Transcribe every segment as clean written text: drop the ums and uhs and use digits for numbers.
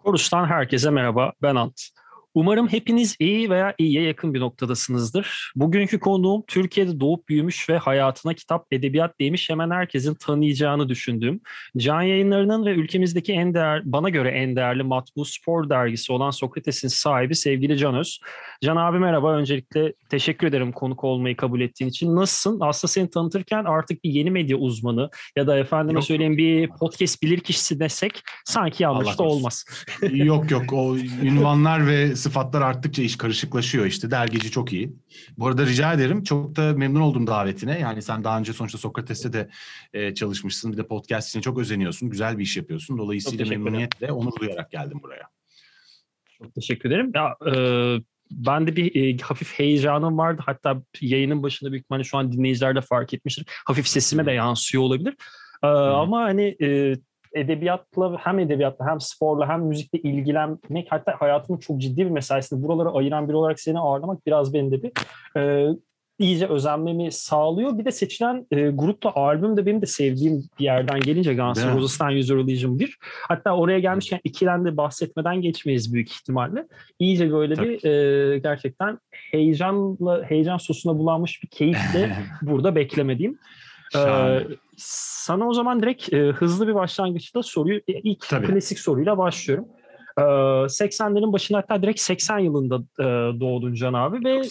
Korus'tan herkese merhaba, ben Ant. Umarım hepiniz iyi veya iyiye yakın bir noktadasınızdır. Bugünkü konuğum Türkiye'de doğup büyümüş ve hayatına kitap, edebiyat değmiş hemen herkesin tanıyacağını düşündüğüm Can Yayınları'nın ve ülkemizdeki bana göre en değerli matbu spor dergisi olan Sokrates'in sahibi sevgili Can Öz. Can abi merhaba, öncelikle teşekkür ederim konuk olmayı kabul ettiğin için. Nasılsın? Aslında seni tanıtırken artık bir yeni medya uzmanı ya da efendime Yok. söyleyeyim bir podcast bilirkişisi desek sanki yanlış Allah da korusun. olmaz. Yok o ünvanlar ve sıfatlar arttıkça iş karışıklaşıyor işte. Dergici çok iyi. Bu arada rica ederim. Çok da memnun oldum davetine. Yani sen daha önce sonuçta Sokrates'te de çalışmışsın. Bir de podcast için çok özeniyorsun. Güzel bir iş yapıyorsun. Dolayısıyla memnuniyetle, onur duyarak geldim buraya. Çok teşekkür ederim. Ben de bir hafif heyecanım vardı. Hatta yayının başında büyük ihtimalle şu an dinleyiciler de fark etmiştir. Hafif sesime de yansıyor olabilir. Ama hani edebiyatla hem sporla hem müzikle ilgilenmek, hatta hayatımın çok ciddi bir mesaisinde buraları ayıran biri olarak seni ağırlamak biraz beni de bir iyice özenmemi sağlıyor. Bir de seçilen grupla albüm de benim de sevdiğim bir yerden gelince Guns N' Roses'tan Use Your Religion 1. Hatta oraya gelmişken ikiden de bahsetmeden geçmeyiz büyük ihtimalle. İyice böyle bir gerçekten heyecan sosuna bulanmış bir keyifle burada beklemediğim. Sana o zaman direkt hızlı bir başlangıçta soruyu klasik soruyla başlıyorum. 80'lerin başında, hatta direkt 80 yılında doğdun Can abi ve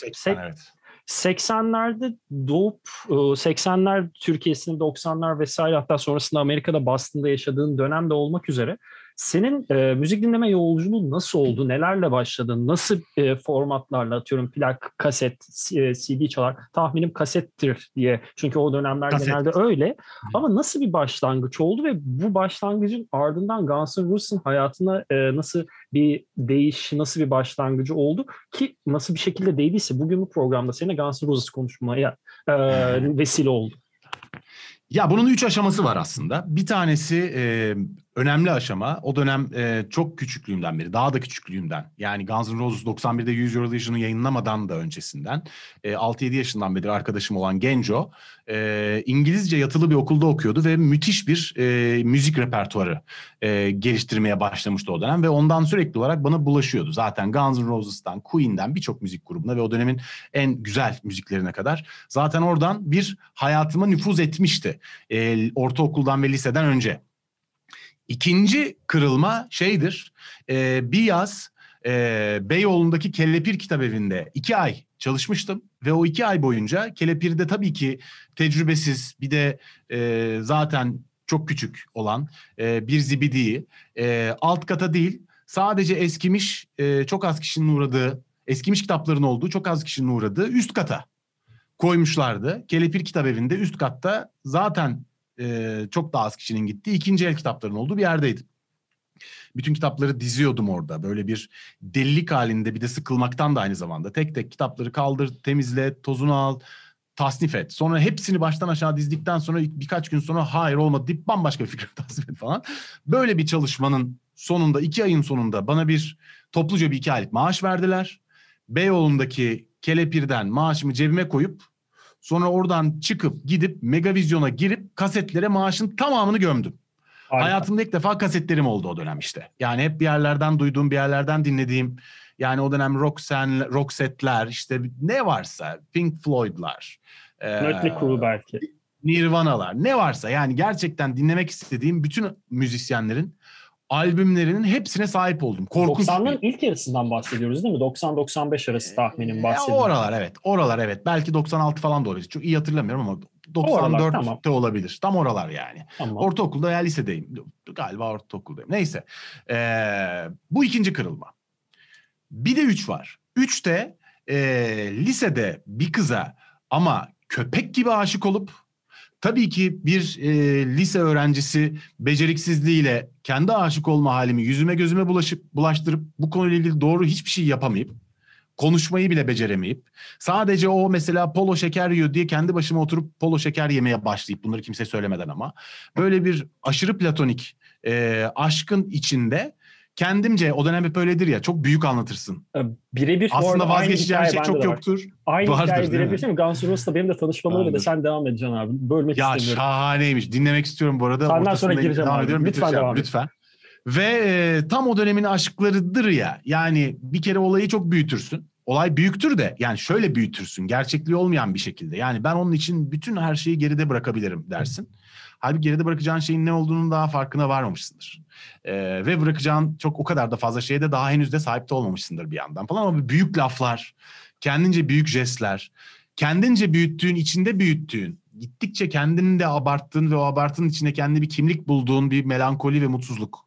80'lerde doğup 80'ler Türkiye'sinin 90'lar vesaire, hatta sonrasında Amerika'da Boston'da yaşadığın dönemde olmak üzere senin müzik dinleme yolculuğun nasıl oldu? Nelerle başladın? Nasıl formatlarla, atıyorum plak, kaset, CD çalar? Tahminim kasettir diye. Çünkü o dönemler genelde öyle. Ama nasıl bir başlangıç oldu ve bu başlangıcın ardından Guns N' Roses'ın hayatına nasıl bir değiş, nasıl bir başlangıcı oldu ki nasıl bir şekilde değdiyse bugün bu programda seninle Guns N' Roses konuşmaya vesile oldu. Ya bunun 3 aşaması var aslında. Bir tanesi önemli aşama. O dönem çok küçüklüğümden beri, daha da küçüklüğümden. Yani Guns N' Roses 91'de Use Your Religion'u yayınlamadan da öncesinden 6-7 yaşından beri arkadaşım olan Genco İngilizce yatılı bir okulda okuyordu ve müthiş bir müzik repertuarı geliştirmeye başlamıştı o dönem ve ondan sürekli olarak bana bulaşıyordu. Zaten Guns N' Roses'tan, Queen'den birçok müzik grubuna ve o dönemin en güzel müziklerine kadar zaten oradan bir hayatıma nüfuz etmişti. Ortaokuldan ve liseden önce. İkinci kırılma şeydir. Bir yaz Beyoğlu'ndaki Kelepir Kitabevi'nde 2 ay çalışmıştım. Ve o 2 ay boyunca Kelepir'de tabii ki tecrübesiz, bir de zaten çok küçük olan bir zibidiyi alt kata değil, sadece eskimiş, çok az kişinin uğradığı, eskimiş kitapların olduğu, çok az kişinin uğradığı üst kata koymuşlardı. Kelepir Kitabevi'nde üst katta zaten çok daha az kişinin gittiği, ikinci el kitapların olduğu bir yerdeydim. Bütün kitapları diziyordum orada. Böyle bir delilik halinde, bir de sıkılmaktan da aynı zamanda. Tek tek kitapları kaldır, temizle, tozunu al, tasnif et. Sonra hepsini baştan aşağı dizdikten sonra birkaç gün sonra hayır olmadı deyip bambaşka bir fikir tasnif et falan. Böyle bir çalışmanın sonunda, 2 ayın sonunda bana topluca bir 2 aylık maaş verdiler. Beyoğlu'ndaki Kelepir'den maaşımı cebime koyup sonra oradan çıkıp gidip Megavizyon'a girip kasetlere maaşın tamamını gömdüm. Harika. Hayatımda ilk defa kasetlerim oldu o dönem işte. Yani hep bir yerlerden duyduğum, bir yerlerden dinlediğim, yani o dönem Roxette'ler, işte ne varsa, Pink Floyd'lar, Mötley Crüe belki, Nirvana'lar, ne varsa yani gerçekten dinlemek istediğim bütün müzisyenlerin albümlerinin hepsine sahip oldum. Korkunç. 90'ların ilk yarısından bahsediyoruz değil mi? 90-95 arası tahminim bahsediyorum. Oralar evet. Belki 96 falan da olabilir. Çok iyi hatırlamıyorum ama 94'te tamam. Olabilir. Tam oralar yani. Tamam. Ortaokulda veya lisedeyim. Galiba ortaokuldayım. Neyse. Bu ikinci kırılma. Bir de 3 var. 3'te lisede bir kıza ama köpek gibi aşık olup, tabii ki bir lise öğrencisi beceriksizliğiyle kendi aşık olma halimi yüzüme gözüme bulaştırıp bu konuyla ilgili doğru hiçbir şey yapamayıp, konuşmayı bile beceremeyip, sadece o mesela polo şeker yiyor diye kendi başıma oturup polo şeker yemeye başlayıp, bunları kimseye söylemeden ama, böyle bir aşırı platonik aşkın içinde kendimce, o dönem hep öyledir ya, çok büyük anlatırsın. Birebir. Aslında vazgeçeceğin şey çok yoktur. Aynı hikaye birebir değil mi? Guns N' Roses'la benim de tanışmam öyle de sen devam edeceksin abi. Bölmek istemiyorum. Ya şahaneymiş. Dinlemek istiyorum bu arada. Senden sonra gireceğim abi. Lütfen. Ve tam o dönemin aşklarıdır ya. Yani bir kere olayı çok büyütürsün. Olay büyüktür de yani şöyle büyütürsün. Gerçekliği olmayan bir şekilde. Yani ben onun için bütün her şeyi geride bırakabilirim dersin. Halbuki geride bırakacağın şeyin ne olduğunun daha farkına varmamışsındır. Ve bırakacağın çok o kadar da fazla şeye de daha henüz de sahip de olmamışsındır bir yandan falan. Ama büyük laflar, kendince büyük jestler, kendince büyüttüğün, içinde büyüttüğün, gittikçe kendini de abarttığın ve o abartının içinde kendi bir kimlik bulduğun bir melankoli ve mutsuzluk.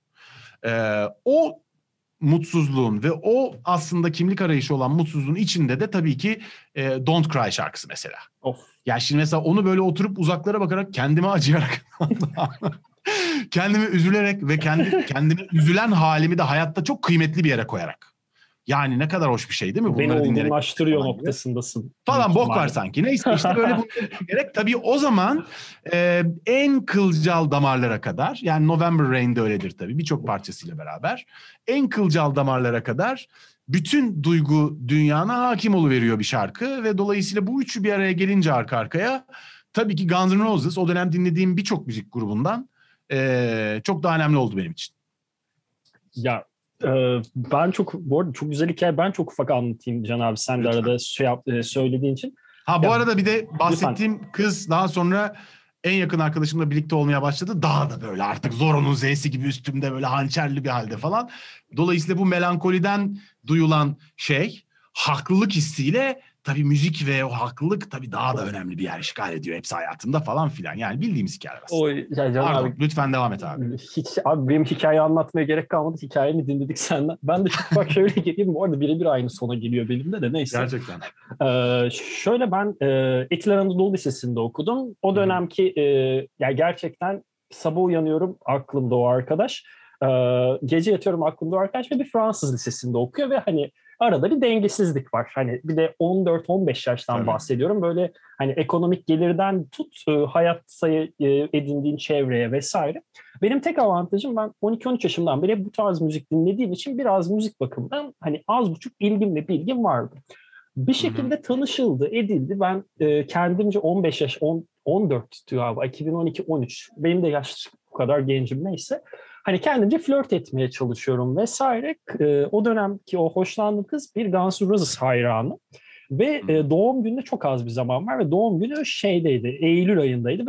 O mutsuzluğun ve o aslında kimlik arayışı olan mutsuzluğun içinde de tabii ki Don't Cry şarkısı mesela. Of. Ya şimdi mesela onu böyle oturup uzaklara bakarak kendime acıyarak kendimi üzülerek ve kendimi üzülen halimi de hayatta çok kıymetli bir yere koyarak. Yani ne kadar hoş bir şey değil mi? Beni Bunları dinleyerek olgunlaştırıyor falan gibi. noktasındasın. Falan bok var sanki. Neyse işte böyle bunları gerek. Tabii o zaman en kılcal damarlara kadar, yani November Rain'de öyledir tabii birçok parçasıyla beraber. En kılcal damarlara kadar bütün duygu dünyana hakim oluveriyor bir şarkı ve dolayısıyla bu üçü bir araya gelince arka arkaya tabii ki Guns N' Roses o dönem dinlediğim birçok müzik grubundan çok daha önemli oldu benim için. Ya ben çok, bu arada çok güzel hikaye, ben çok ufak anlatayım Can abi, sen de Lütfen. arada söylediğin için. Ha bu Ya, arada bir de bahsettiğim lütfen. kız daha sonra en yakın arkadaşımla birlikte olmaya başladı. Daha da böyle artık Zorro'nun Z'si gibi üstümde böyle hançerli bir halde falan. Dolayısıyla bu melankoliden duyulan şey haklılık hissiyle tabii müzik ve o haklılık tabii daha da önemli bir yer işgal ediyor hepsi hayatında falan filan. Yani bildiğimiz hikayeler O aslında. ya Can Pardon abi, lütfen devam et abi. hiç abi benim hikaye anlatmaya gerek kalmadı. Hikayeni dinledik senden. Ben de çok bak şöyle geleyim. Bu arada birebir aynı sona geliyor benim de neyse. Gerçekten. Şöyle ben Etiler Anadolu Lisesi'nde okudum. O dönemki ya gerçekten sabah uyanıyorum, aklımda o arkadaş. Gece yatıyorum, aklımda o arkadaş ve bir Fransız lisesinde okuyor ve hani arada bir dengesizlik var. Hani bir de 14-15 yaştan Tabii. bahsediyorum. Böyle hani ekonomik gelirden tut hayatta edindiğin çevreye vesaire. Benim tek avantajım, ben 12-13 yaşımdan beri bu tarz müzik dinlediğim için biraz müzik bakımından hani az buçuk ilgim ve bilgim vardı. Bir şekilde tanışıldı, edildi. Ben kendimce 15 yaş, 14 galiba, 2012-13. Benim de yaş bu kadar gencim neyse. Hani kendimce flört etmeye çalışıyorum vesaire. O dönemki o hoşlandığım kız bir Guns N' Roses hayranı. Ve doğum gününe çok az bir zaman var ve doğum günü şeydeydi, Eylül ayındaydı ve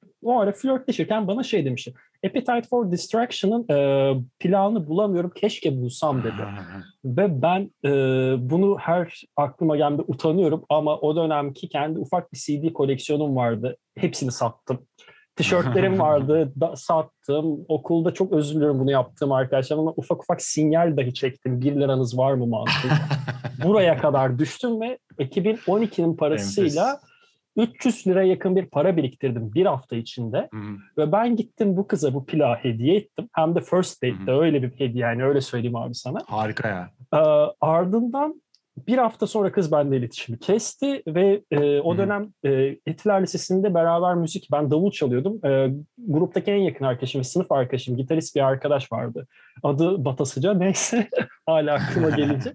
o ara flörtleşirken bana şey demişti. Appetite for Distraction'ın planını bulamıyorum, keşke bulsam dedi. Ve ben bunu her aklıma geldiğinde utanıyorum ama o dönemki kendi ufak bir CD koleksiyonum vardı. Hepsini sattım. Tişörtlerim vardı, sattım. Okulda çok özür diliyorum bunu yaptığım arkadaşlarımla. Ufak ufak sinyal dahi çektim. 1 liranız var mı mantığıyla. Buraya kadar düştüm ve 2012'nin parasıyla 300 liraya yakın bir para biriktirdim bir hafta içinde. Ve ben gittim bu kıza bu plağı hediye ettim. Hem de first date'de öyle bir hediye, yani öyle söyleyeyim abi sana. Harika ya. Ardından bir hafta sonra kız benimle iletişimi kesti ve o dönem Etiler Lisesi'nde beraber müzik, ben davul çalıyordum. Gruptaki en yakın arkadaşım, sınıf arkadaşım, gitarist bir arkadaş vardı. Adı Batasıca, neyse hala aklıma gelince.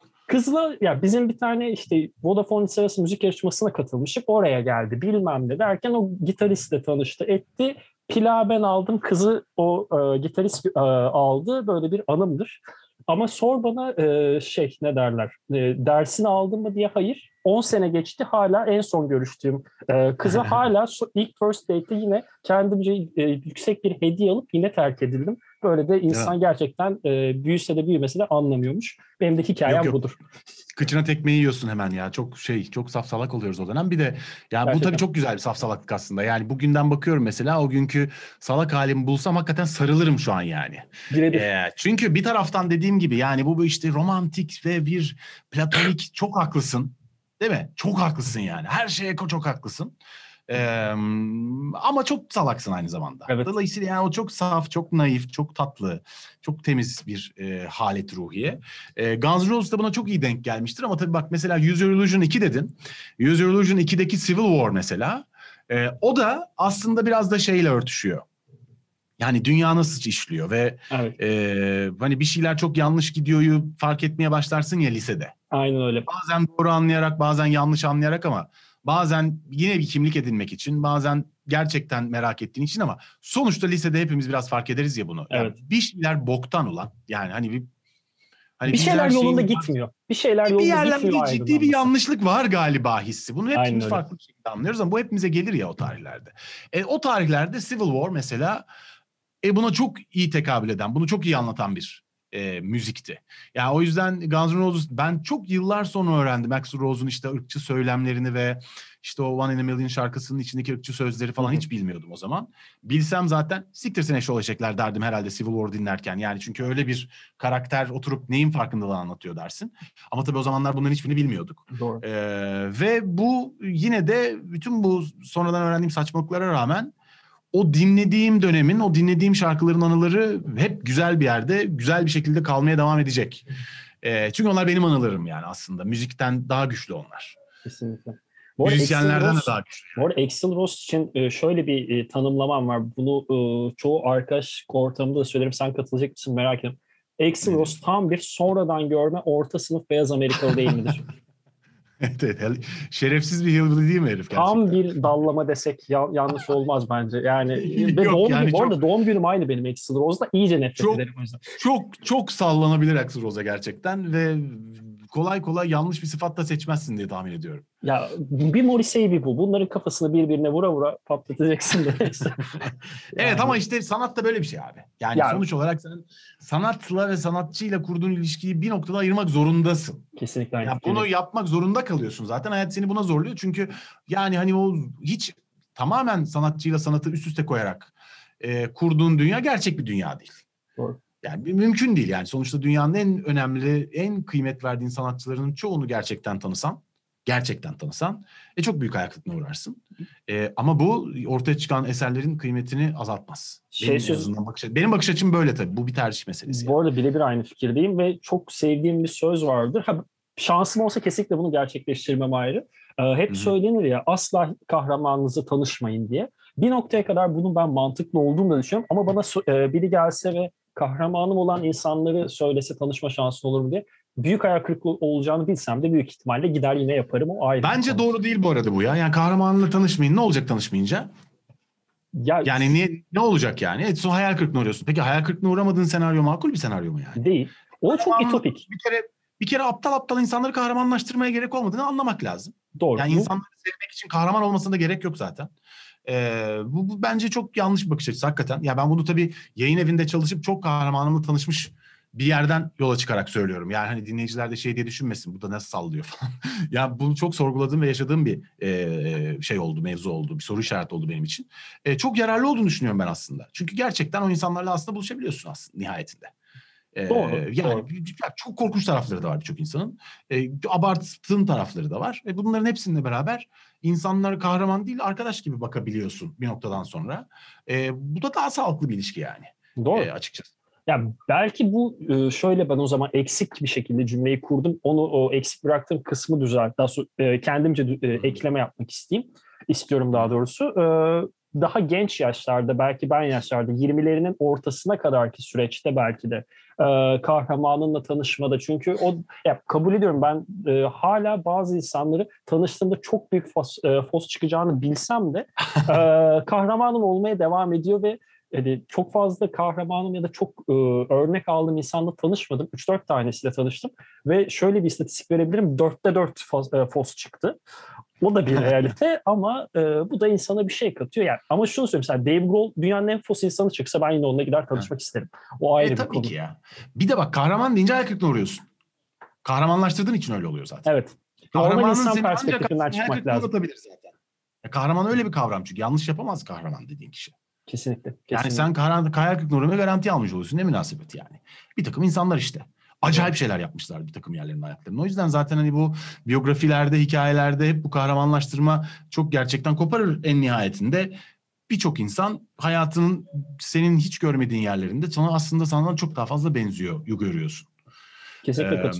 Kızla ya bizim bir tane işte Vodafone Lisesi müzik yarışmasına katılmıştık. Oraya geldi bilmem ne derken o gitaristle tanıştı etti. Plağı ben aldım, kızı o gitarist aldı. Böyle bir anımdır. Ama sor bana şey ne derler, dersini aldın mı diye, hayır. 10 sene geçti, hala en son görüştüğüm kıza hala ilk first date'te yine kendimce yüksek bir hediye alıp yine terk edildim. Böyle de insan gerçekten büyüse de büyümese de anlamıyormuş. Benim de hikayem budur. Kıçına tekmeyi yiyorsun hemen ya. Çok safsalak oluyoruz o dönem. Bir de ya gerçekten. Bu tabii çok güzel bir safsalaklık aslında. Yani bugünden bakıyorum mesela, o günkü salak halimi bulsam hakikaten sarılırım şu an yani. Çünkü bir taraftan dediğim gibi yani bu işte romantik ve bir platonik, çok haklısın. Değil mi? Çok haklısın yani. Her şeye çok haklısın. Ama çok salaksın aynı zamanda. Evet. Dolayısıyla yani o çok saf, çok naif, çok tatlı, çok temiz bir halet ruhiye. Guns N' Roses da buna çok iyi denk gelmiştir ama tabii bak mesela Use Your Illusion 2 dedin. Use Your Illusion 2'deki Civil War mesela, o da aslında biraz da şeyle örtüşüyor. Yani dünya nasıl işliyor ve hani bir şeyler çok yanlış gidiyoryu fark etmeye başlarsın ya lisede. Aynen öyle. Bazen doğru anlayarak, bazen yanlış anlayarak ama bazen yine bir kimlik edinmek için, bazen gerçekten merak ettiğin için ama sonuçta lisede hepimiz biraz fark ederiz ya bunu. Yani Evet. bir şeyler boktan olan, yani hani Bir biz şeyler her yolunda şeyin gitmiyor. Bir şeyler bir yolunda yerlerde gitmiyor ciddi bir aydınlanması. yanlışlık var galiba hissi. Bunu Aynen hepimiz öyle. farklı bir şekilde anlıyoruz ama bu hepimize gelir ya o tarihlerde. O tarihlerde Civil War mesela buna çok iyi tekabül eden, bunu çok iyi anlatan bir müzikti. Yani o yüzden Guns N' Roses, ben çok yıllar sonra öğrendim Axl Rose'un işte ırkçı söylemlerini ve işte o One in a Million şarkısının içindeki ırkçı sözleri falan hiç bilmiyordum o zaman. Bilsem zaten siktirsin eşşoğlu eşekler derdim herhalde Civil War dinlerken. Yani çünkü öyle bir karakter oturup neyin farkındalığını anlatıyor dersin. Ama tabii o zamanlar bunların hiçbirini bilmiyorduk. Doğru. Ve bu yine de bütün bu sonradan öğrendiğim saçmalıklara rağmen o dinlediğim dönemin, o dinlediğim şarkıların anıları hep güzel bir yerde, güzel bir şekilde kalmaya devam edecek. Çünkü onlar benim anılarım yani aslında. Müzikten daha güçlü onlar. Kesinlikle. Bu arada Müzisyenlerden de daha güçlü. Bu arada Axl Rose için şöyle bir tanımlamam var. Bunu çoğu arkadaş ortamında da söylerim. Sen katılacak mısın merak ediyorum. Axl Rose tam bir sonradan görme orta sınıf beyaz Amerikalı değil midir? Evet, evet. Şerefsiz bir hillbilly değil mi herif Tam gerçekten? bir dallama desek yanlış olmaz bence. Yani ve Yok doğum günü, yani bu çok arada doğum günüm aynı benim Axl Rose'da. İyice nefret çok ederim o yüzden. çok sallanabilir Axl Rose'a gerçekten ve kolay kolay yanlış bir sıfat da seçmezsin diye tahmin ediyorum. Ya bir Morrissey bir bu. Bunların kafasını birbirine vura vura patlatacaksın da. Evet Yani ama işte sanat da böyle bir şey abi. Yani ya sonuç olarak sen sanatla ve sanatçıyla kurduğun ilişkiyi bir noktada ayırmak zorundasın. kesinlikle aynı Ya bunu fikirdeyim. yapmak zorunda kalıyorsun zaten. Hayat seni buna zorluyor. Çünkü yani hani o hiç tamamen sanatçıyla sanatı üst üste koyarak kurduğun dünya gerçek bir dünya değil. Doğru. Yani mümkün değil yani. Sonuçta dünyanın en önemli, en kıymet verdiğin sanatçılarının çoğunu gerçekten tanısan çok büyük hayal kırıklığına uğrarsın. Ama bu ortaya çıkan eserlerin kıymetini azaltmaz. Şey Benim en söz, azından benim bakış açım böyle tabii. Bu bir tercih meselesi Bu yani. arada birebir aynı fikirdeyim ve çok sevdiğim bir söz vardır. Şansım olsa kesinlikle bunu gerçekleştirmem ayrı. Hı Hep hı. söylenir ya asla kahramanınızla tanışmayın diye. Bir noktaya kadar bunun ben mantıklı olduğunu da düşünüyorum. Ama bana biri gelse ve kahramanım olan insanları söylese tanışma şansın olur mu diye. Büyük hayal kırıklığı olacağını bilsem de büyük ihtimalle gider yine yaparım. O ayrı bir Bence konu. doğru değil bu arada bu ya. Yani kahramanla tanışmayın. Ne olacak tanışmayınca? Ya Yani ne olacak yani? Sonra hayal kırıklığına uğruyorsun. Peki hayal kırıklığına uğramadığın senaryo makul bir senaryo mu yani? değil. O çok Kahramanla ütopik. bir kere aptal insanları kahramanlaştırmaya gerek olmadığını anlamak lazım. Doğru. Yani insanları sevmek için kahraman olmasına da gerek yok zaten. Bu bence çok yanlış bir bakış açısı hakikaten. Ya ben bunu tabii yayın evinde çalışıp çok kahramanımla tanışmış bir yerden yola çıkarak söylüyorum. Yani hani dinleyiciler de şey diye düşünmesin. Bu da nasıl sallıyor falan. Ya bunu çok sorguladığım ve yaşadığım bir şey oldu, mevzu oldu. Bir soru işareti oldu benim için. Çok yararlı olduğunu düşünüyorum ben aslında. Çünkü gerçekten o insanlarla aslında buluşabiliyorsun aslında nihayetinde. Doğru. Yani Doğru. çok korkunç tarafları da var birçok insanın. Abarttığın tarafları da var. Bunların hepsininle beraber insanlara kahraman değil arkadaş gibi bakabiliyorsun bir noktadan sonra. Bu da daha sağlıklı bir ilişki yani Doğru. açıkçası. Ya belki bu şöyle ben o zaman eksik bir şekilde cümleyi kurdum. Onu o eksik bıraktığım kısmı düzelt. Daha sonra kendimce ekleme yapmak istiyorum daha doğrusu. Daha genç yaşlarda belki ben yaşlarda 20'lerinin ortasına kadarki süreçte belki de kahramanınla tanışmada çünkü o ya, kabul ediyorum ben hala bazı insanları tanıştığımda çok büyük fos çıkacağını bilsem de kahramanım olmaya devam ediyor ve yani çok fazla kahramanım ya da çok örnek aldığım insanla tanışmadım. 3-4 tanesiyle tanıştım. Ve şöyle bir istatistik verebilirim. 4'te 4 fos çıktı. O da bir realite ama bu da insana bir şey katıyor. Yani, ama şunu söyleyeyim. Mesela Dave Grohl dünyanın en fos insanı çıksa ben yine onunla gider tanışmak isterim. O ayrı bir Tabii konu. ki ya. Bir de bak kahraman deyince hayal kırıklığına uğruyorsun. Kahramanlaştırdığın için öyle oluyor zaten. Evet. Normal Kahramanın insan seni ancak perspektifinden hayal çıkmak kırıklığına lazım. uğratabilir zaten. Kahraman öyle bir kavram çünkü yanlış yapamaz kahraman dediğin kişi. Kesinlikle. Yani sen Kesinlikle. hayal kırıklığına uğramaya garanti almış oluyorsun. Ne münasebet yani. Bir takım insanlar işte. Acayip şeyler yapmışlar bir takım yerlerin hayatlarında. O yüzden zaten hani bu biyografilerde, hikayelerde hep bu kahramanlaştırma çok gerçekten koparır en nihayetinde. Birçok insan hayatının senin hiç görmediğin yerlerinde sana aslında sana çok daha fazla benziyor görüyorsun. Kesinlikle Ee, katılıyorum.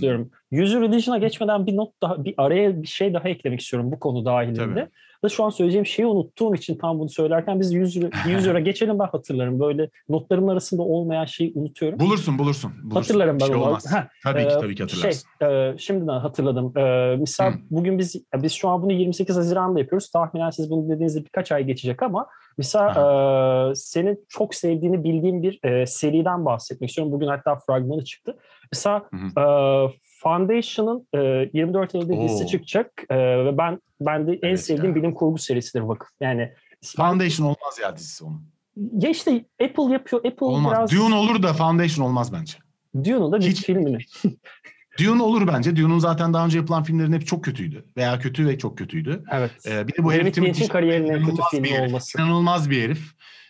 User Religion'a geçmeden bir not daha, bir araya bir şey daha eklemek istiyorum bu konu Tabii. dahilinde. Ve şu an söyleyeceğim şeyi unuttuğum için tam bunu söylerken biz User'a geçelim, ben hatırlarım. Böyle notlarımın arasında olmayan şeyi unutuyorum. Bulursun. Hatırlarım Bir ben şey onu. olmaz. Tabii ki hatırlarsın. Şimdiden hatırladım. Misal bugün biz şu an bunu 28 Haziran'da yapıyoruz. Tahminen siz bunu dediğinizde birkaç ay geçecek ama misal senin çok sevdiğini bildiğim bir seriden bahsetmek istiyorum. Bugün hatta fragmanı çıktı. Mesela Foundation'ın 24 Eylül'de dizisi çıkacak ve ben de en sevdiğim bilim kurgu serisidir Vakıf. Yani Foundation olmaz ya dizisi onun. ya işte Apple yapıyor. Apple olmaz. biraz... Dune olur da Foundation olmaz bence. Dune'un da bir filmini. Dune olur bence. Dune'un zaten daha önce yapılan filmlerin hep çok kötüydü. Veya kötü ve çok kötüydü. Evet. Bir de bu herif Timothy kariyerinin en kötü filmi olması. İnanılmaz bir herif.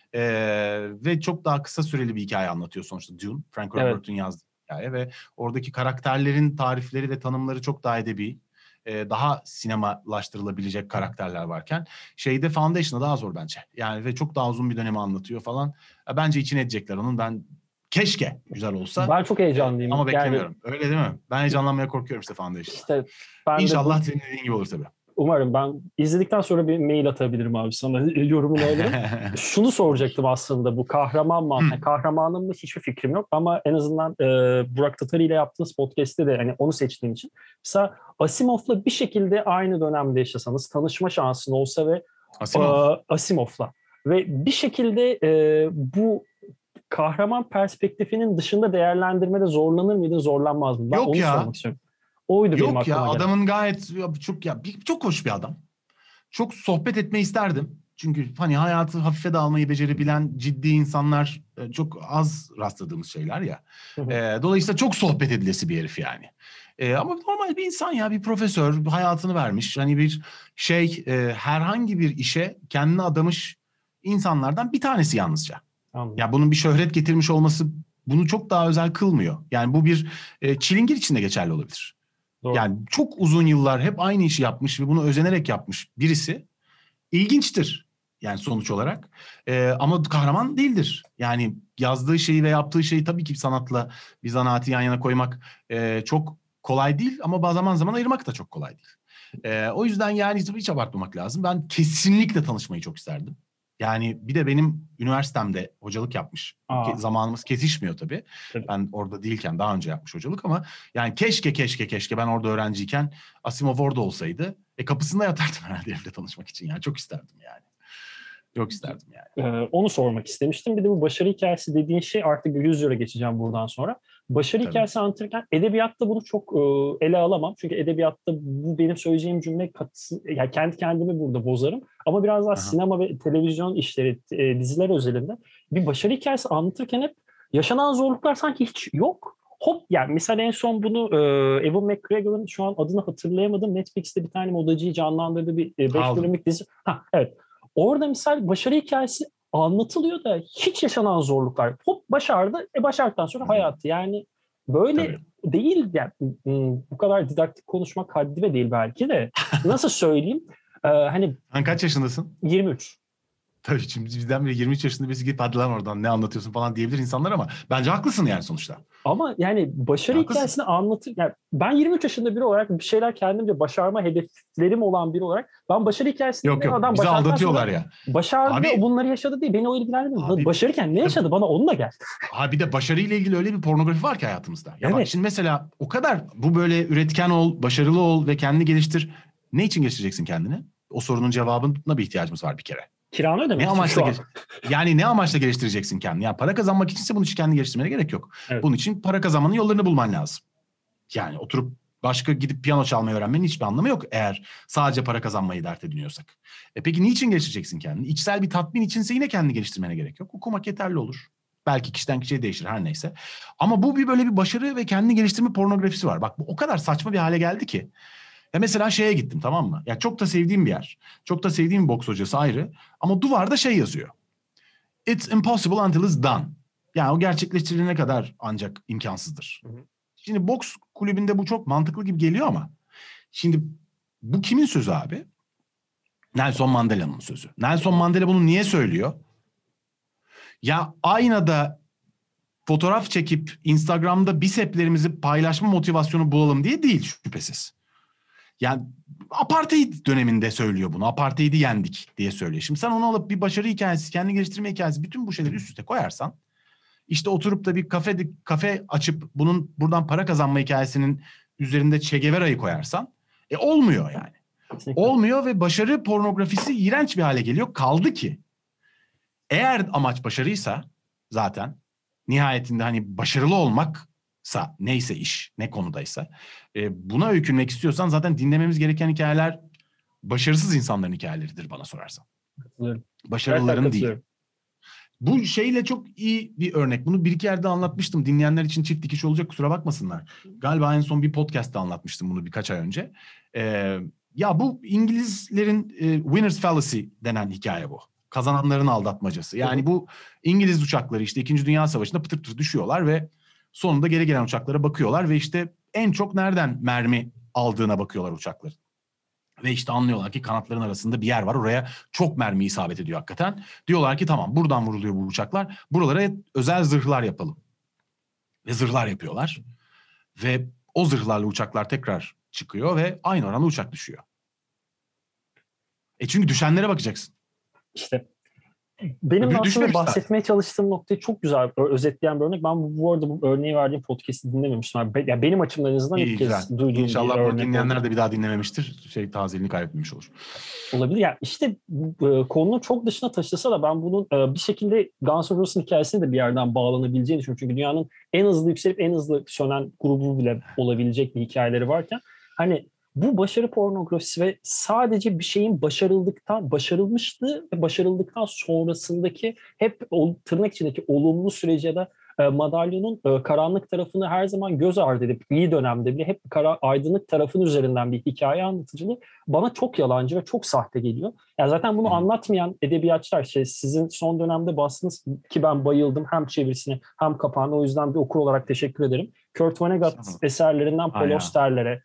Ve çok daha kısa süreli bir hikaye anlatıyor sonuçta Dune. Frank Herbert'in yazdığı hikaye ve oradaki karakterlerin tarifleri ve tanımları çok daha edebi. Daha sinemalaştırılabilecek karakterler varken şeyde Foundation'da daha zor bence. Yani ve çok daha uzun bir dönemi anlatıyor falan. Bence içine edecekler onun. Ben keşke güzel olsa. Ben çok heyecanlıyım. Ama beklemiyorum. Öyle değil mi? Ben heyecanlanmaya korkuyorum işte Foundation'da. İşte İnşallah senin dediğin gibi olur tabii. Umarım. Ben izledikten sonra bir mail atabilirim abi sana. Yorumunu alırım. Şunu soracaktım aslında, bu kahraman mantığı. Kahramanın mı hiçbir fikrim yok ama en azından Burak Tatari ile yaptığınız podcast'te de hani onu seçtiğim için. Mesela Asimov'la bir şekilde aynı dönemde yaşasanız, tanışma şansın olsa ve Asimov'la ve bir şekilde bu kahraman perspektifinin dışında değerlendirmede zorlanır mıydın, zorlanmaz mıydın? Ben Yok onu ya. sormak istiyorum. Oydu benim aklıma gelen. Adamın gayet çok hoş bir adam. Çok sohbet etmeyi isterdim. Çünkü hani hayatı hafife de almayı becerebilen ciddi insanlar çok az rastladığımız şeyler ya. Dolayısıyla çok sohbet edilesi bir herif yani. Ama normal bir insan ya, bir profesör, hayatını vermiş. Hani bir herhangi bir işe kendini adamış insanlardan bir tanesi yalnızca. Anladım. Ya bunun bir şöhret getirmiş olması bunu çok daha özel kılmıyor. Yani bu bir çilingir için de geçerli olabilir. Doğru. Yani çok uzun yıllar hep aynı işi yapmış ve bunu özenerek yapmış birisi ilginçtir. Yani sonuç olarak. Ama kahraman değildir. Yani yazdığı şeyi ve yaptığı şeyi tabii ki sanatla bir zanaati yan yana koymak çok kolay değil. Ama zaman zaman ayırmak da çok kolay değil. O yüzden yani hiç abartmamak lazım. Ben kesinlikle tanışmayı çok isterdim. Yani bir de benim üniversitemde hocalık yapmış. Zamanımız kesişmiyor tabii. Ben orada değilken daha önce yapmış hocalık ama yani keşke ben orada öğrenciyken Asimov orada olsaydı. Kapısında yatardım herhalde herifle tanışmak için. Yani çok isterdim yani. Çok isterdim yani. Onu sormak istemiştim. Bir de bu başarı hikayesi dediğin şey, artık 100 lira geçeceğim buradan sonra. Başarı hikayesi anlatırken edebiyatta bunu çok ele alamam. Çünkü edebiyatta bu benim söyleyeceğim cümle yani kendi kendimi burada bozarım. Ama biraz daha sinema ve televizyon işleri, diziler özelinde bir başarı hikayesi anlatırken hep yaşanan zorluklar sanki hiç yok. Hop, yani mesela en son bunu Ewan McGregor'ın, şu an adını hatırlayamadım, Netflix'te bir tane modacıyı canlandırdığı bir 5 bölümlük dizi. Evet. Orada misal başarı hikayesi anlatılıyor da hiç yaşanan zorluklar. Hop, başardı. Başardıktan sonra hayatı. Yani böyle değil. Yani, bu kadar didaktik konuşmak haddime değil belki de. Nasıl söyleyeyim? Hani Sen kaç yaşındasın? 23. Tabii şimdi bizden biri 23 yaşında birisi gidip hadi lan oradan ne anlatıyorsun falan diyebilir insanlar ama bence haklısın yani sonuçta. Ama yani başarı hikayesini anlatır. Yani ben 23 yaşında biri olarak bir şeyler kendimce başarma hedeflerim olan biri olarak ben başarı hikayesini yok bizi aldatıyorlar ya. Başardı ve bunları yaşadı değil. Beni o ilgilendirmiyor. Başarırken ne yaşadı? Bana onunla gel. Bir de başarıyla ilgili öyle bir pornografi var ki hayatımızda. Ya bak şimdi mesela o kadar bu böyle üretken ol, başarılı ol ve kendini geliştir. Ne için geliştireceksin kendini? O sorunun cevabına bir ihtiyacımız var bir kere. Kiranı ödemek için şu an. Yani ne amaçla geliştireceksin kendini? Yani para kazanmak içinse bunun için kendini geliştirmene gerek yok. Bunun için para kazanmanın yollarını bulman lazım. Yani oturup başka gidip piyano çalmayı öğrenmenin hiçbir anlamı yok eğer sadece para kazanmayı dert ediniyorsak. Peki niçin geliştireceksin kendini? İçsel bir tatmin içinse yine kendini geliştirmene gerek yok. Okumak yeterli olur. Belki kişiden kişiye değişir, her neyse. Ama bu böyle bir başarı ve kendini geliştirme pornografisi var. Bak bu o kadar saçma bir hale geldi ki. Ya mesela şeye gittim, tamam mı? Ya çok da sevdiğim bir yer. Çok da sevdiğim bir boks hocası ayrı. Ama duvarda yazıyor. It's impossible until it's done. Yani o gerçekleştirilene kadar ancak imkansızdır. Şimdi boks kulübünde bu çok mantıklı gibi geliyor ama şimdi bu kimin sözü abi? Nelson Mandela'nın sözü. Nelson Mandela bunu niye söylüyor? Ya aynada fotoğraf çekip Instagram'da biseplerimizi paylaşma motivasyonu bulalım diye değil şüphesiz. Yani apartheid döneminde söylüyor bunu. Apartheid'i yendik diye söylüyor. Şimdi sen onu alıp bir başarı hikayesi, kendi geliştirme hikayesi, bütün bu şeyleri üst üste koyarsan, işte oturup da bir kafe açıp buradan para kazanma hikayesinin üzerinde Che Guevara'yı koyarsan olmuyor yani. Kesinlikle. Olmuyor ve başarı pornografisi iğrenç bir hale geliyor. Kaldı ki eğer amaç başarıysa zaten nihayetinde hani başarılı olmaksa neyse iş ne konudaysa buna öykünmek istiyorsan zaten dinlememiz gereken hikayeler başarısız insanların hikayeleridir bana sorarsan. Başarılıların değil. Bu şeyle çok iyi bir örnek. Bunu bir iki yerde anlatmıştım. Dinleyenler için çift dikiş olacak, kusura bakmasınlar. Galiba en son bir podcast'ta anlatmıştım bunu birkaç ay önce. Ya bu İngilizlerin winner's fallacy denen hikaye bu. Kazananların aldatmacası. Yani bu İngiliz uçakları işte 2. Dünya Savaşı'nda pıtır pıtır düşüyorlar ve sonunda geri gelen uçaklara bakıyorlar ve işte en çok nereden mermi aldığına bakıyorlar uçakların. Ve işte anlıyorlar ki kanatların arasında bir yer var. Oraya çok mermi isabet ediyor hakikaten. Diyorlar ki tamam, buradan vuruluyor bu uçaklar. Buralara özel zırhlar yapalım. Ve zırhlar yapıyorlar. Ve o zırhlarla uçaklar tekrar çıkıyor ve aynı oranda uçak düşüyor. Çünkü düşenlere bakacaksın. İşte benim de aslında bahsetmeye çalıştığım noktayı çok güzel özetleyen bir örnek. Ben bu arada bu örneği verdiğim podcast'i dinlememiştim. Yani benim açımdan en azından ilk kez duyduğum İnşallah bir örnek. İnşallah dinleyenler de bir daha dinlememiştir. Tazeliğini kaybetmemiş olur. Olabilir. Yani işte konunun çok dışına taşısa da ben bunun bir şekilde Guns N' Roses'ın hikayesine de bir yerden bağlanabileceğini düşünüyorum. Çünkü dünyanın en hızlı yükselip en hızlı sönen grubu bile olabilecek bir hikayeleri varken hani bu başarı pornografisi ve sadece bir şeyin başarılmışlığı ve başarıldıktan sonrasındaki hep o tırnak içindeki olumlu sürece ya da madalyonun karanlık tarafını her zaman göz ardı edip iyi dönemde bile hep aydınlık tarafın üzerinden bir hikaye anlatıcılığı bana çok yalancı ve çok sahte geliyor. Yani zaten bunu anlatmayan edebiyatçılar sizin son dönemde bastınız ki ben bayıldım hem çevirisine hem kapağına, o yüzden bir okur olarak teşekkür ederim. Kurt Vonnegut eserlerinden Paul Auster'lere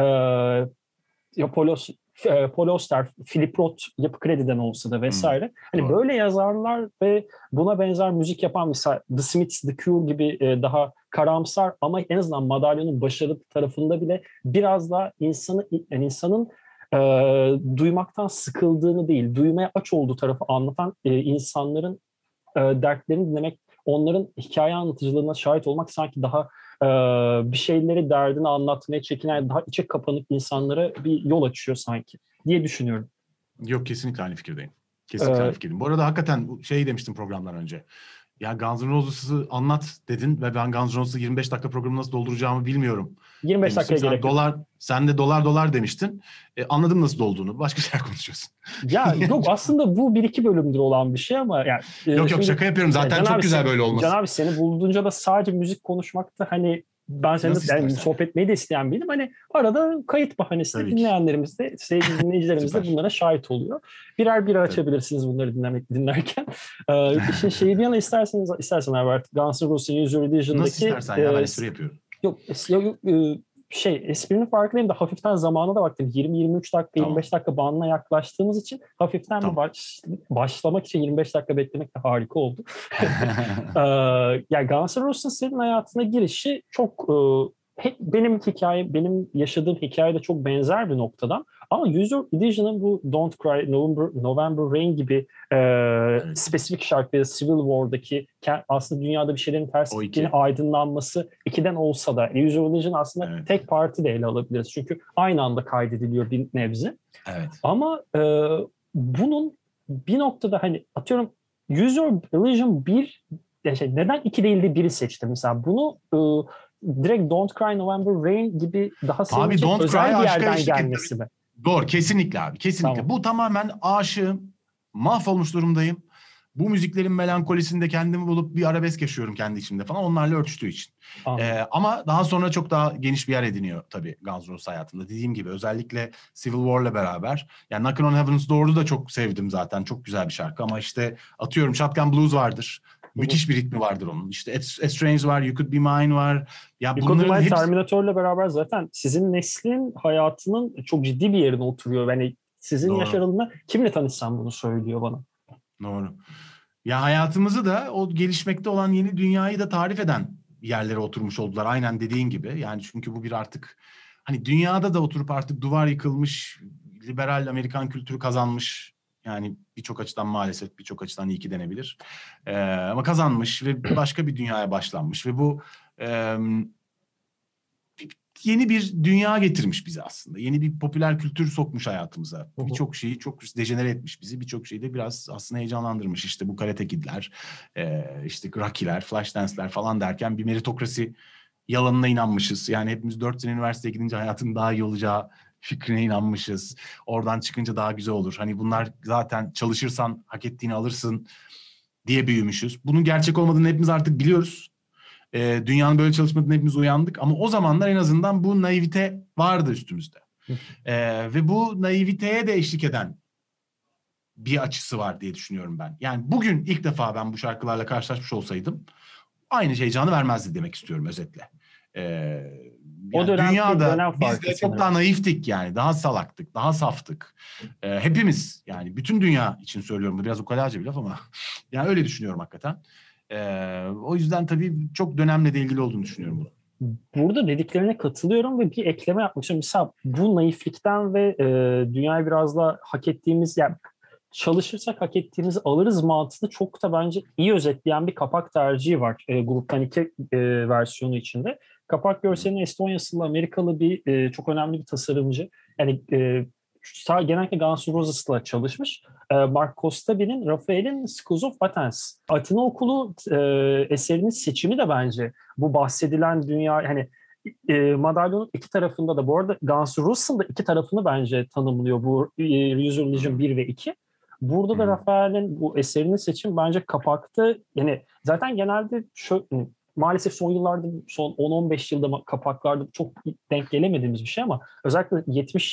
Paul Auster, Philip Roth Yapı Kredi'den olsa da vesaire. Hani böyle yazarlar ve buna benzer müzik yapan mesela The Smiths, The Cure gibi daha karamsar ama en azından madalyonun başarılı tarafında bile biraz daha insanın duymaktan sıkıldığını değil, duymaya aç olduğu tarafı anlatan insanların dertlerini dinlemek, onların hikaye anlatıcılığına şahit olmak sanki daha bir şeyleri derdini anlatmaya çekinen, daha içe kapanık insanlara bir yol açıyor sanki diye düşünüyorum. Yok, kesinlikle aynı fikirdeyim. Kesinlikle aynı fikirdeyim. Bu arada hakikaten demiştim programdan önce. Ya Guns N' Roses'ı anlat dedin ve ben Guns N' Roses'ı 25 dakika programı nasıl dolduracağımı bilmiyorum. 25 dakikaya gerek yok. Sen de dolar demiştin. Anladım nasıl dolduğunu. Başka şeyler konuşuyorsun. Ya yok, aslında bu 1-2 bölümdür olan bir şey ama yani yok şaka yapıyorum. Zaten çok güzel böyle olması. Can abi, seni bulduğunca da sadece müzik konuşmakta hani ben seninle sohbet etmeyi de isteyen biriyim. Hani arada kayıt bahanesi dinleyenlerimiz de, sevgili dinleyicilerimiz de bunlara şahit oluyor. Birer açabilirsiniz bunları dinlerken. Şeyi bir yana istersen Herbert, Guns N' Roses'ın Use Your Illusion'daki... Nasıl istersen ya, ben espri yapıyorum. Yok, esprinin farkındayım da hafiften zamana da baktım. 20-23 dakika, 25 dakika bandına yaklaştığımız için hafiften başlamak için 25 dakika beklemek de harika oldu. Yani Guns N' Roses'ın senin hayatına girişi çok benim yaşadığım hikayede çok benzer bir noktadan. Ama Use Your Illusion'ın bu Don't Cry, November Rain gibi spesifik şarkı ya da Civil War'daki aslında dünyada bir şeylerin ters gittiğini aydınlanması ikiden olsa da Use Your Illusion aslında tek parti de ele alabiliriz. Çünkü aynı anda kaydediliyor bir nebze. Evet. Ama bunun bir noktada hani atıyorum Use Your Illusion neden 2 değil de 1'i seçti mesela? Bunu direkt Don't Cry November Rain gibi daha senin için özel bir yerden gelmesi mi? Doğru, kesinlikle abi, kesinlikle. Tamam. Bu tamamen aşığım, mahvolmuş durumdayım. Bu müziklerin melankolisinde kendimi bulup bir arabesk yaşıyorum kendi içimde falan, onlarla örtüştüğü için. Ama daha sonra çok daha geniş bir yer ediniyor tabii Guns N' Roses hayatında. Dediğim gibi özellikle Civil War'la beraber. Yani Knockin' on Heaven's Door'u da çok sevdim zaten. Çok güzel bir şarkı ama işte atıyorum Shotgun Blues vardır. Müthiş bir ritmi vardır onun. İşte Estrange var, You Could Be Mine var. Ya You Could Be Mine Terminator'la beraber zaten sizin neslin hayatının çok ciddi bir yerine oturuyor. Yani sizin yaş aralığında kimle tanışsam bunu söylüyor bana. Doğru. Ya hayatımızı da o gelişmekte olan yeni dünyayı da tarif eden yerlere oturmuş oldular. Aynen dediğin gibi. Yani çünkü bu bir artık hani dünyada da oturup artık duvar yıkılmış, liberal Amerikan kültürü kazanmış. Yani birçok açıdan maalesef birçok açıdan iyi ki denebilir. Ama kazanmış ve başka bir dünyaya başlanmış ve bu e, yeni bir dünya getirmiş bize aslında. Yeni bir popüler kültür sokmuş hayatımıza. Hı hı. Birçok şeyi çok dejenere etmiş bizi. Birçok şeyi de biraz aslında heyecanlandırmış. İşte bu Karate Kid'ler, işte Rocky'ler, Flashdance falan derken bir meritokrasi yalanına inanmışız. Yani hepimiz 4 sene üniversiteye gidince hayatın daha iyi olacağı fikrine inanmışız. Oradan çıkınca daha güzel olur. Hani bunlar zaten çalışırsan hak ettiğini alırsın diye büyümüşüz. Bunun gerçek olmadığını hepimiz artık biliyoruz. Dünyanın böyle çalışmadığını hepimiz uyandık. Ama o zamanlar en azından bu naivite vardı üstümüzde. Ve bu naiviteye de eşlik eden bir açısı var diye düşünüyorum ben. Yani bugün ilk defa ben bu şarkılarla karşılaşmış olsaydım aynı heyecanı vermezdi demek istiyorum özetle. O Yani dönemki dünyada dönem biz farkı de çok sanırım. daha naiftik yani. Daha salaktık, daha saftık. Hepimiz yani bütün dünya için söylüyorum. Bu biraz ukalaca bir laf ama yani öyle düşünüyorum hakikaten. O yüzden tabii çok dönemle de ilgili olduğunu düşünüyorum bunu. Burada dediklerine katılıyorum ve bir ekleme yapmak istiyorum. Mesela bu naiflikten ve dünyayı biraz da hak ettiğimiz, yani çalışırsak hak ettiğimizi alırız mantığını çok da bence iyi özetleyen bir kapak tercihi var gruptan iki versiyonu içinde. Kapak görselini Estonyalı Amerikalı bir çok önemli bir tasarımcı. Yani genellikle Guns N' Roses'la çalışmış. Mark Costabi'nin Rafael'in Schools of Athens. Atina Okulu eserinin seçimi de bence bu bahsedilen dünya, hani madalyonun iki tarafında da, bu arada Guns N' Roses'ın da iki tarafını bence tanımlıyor bu Use Your Illusion 1 ve 2. Burada da Rafael'in bu eserinin seçimi bence kapakta, yani zaten genelde maalesef son yıllarda, son 10-15 yılda kapaklarda çok denk gelemediğimiz bir şey, ama özellikle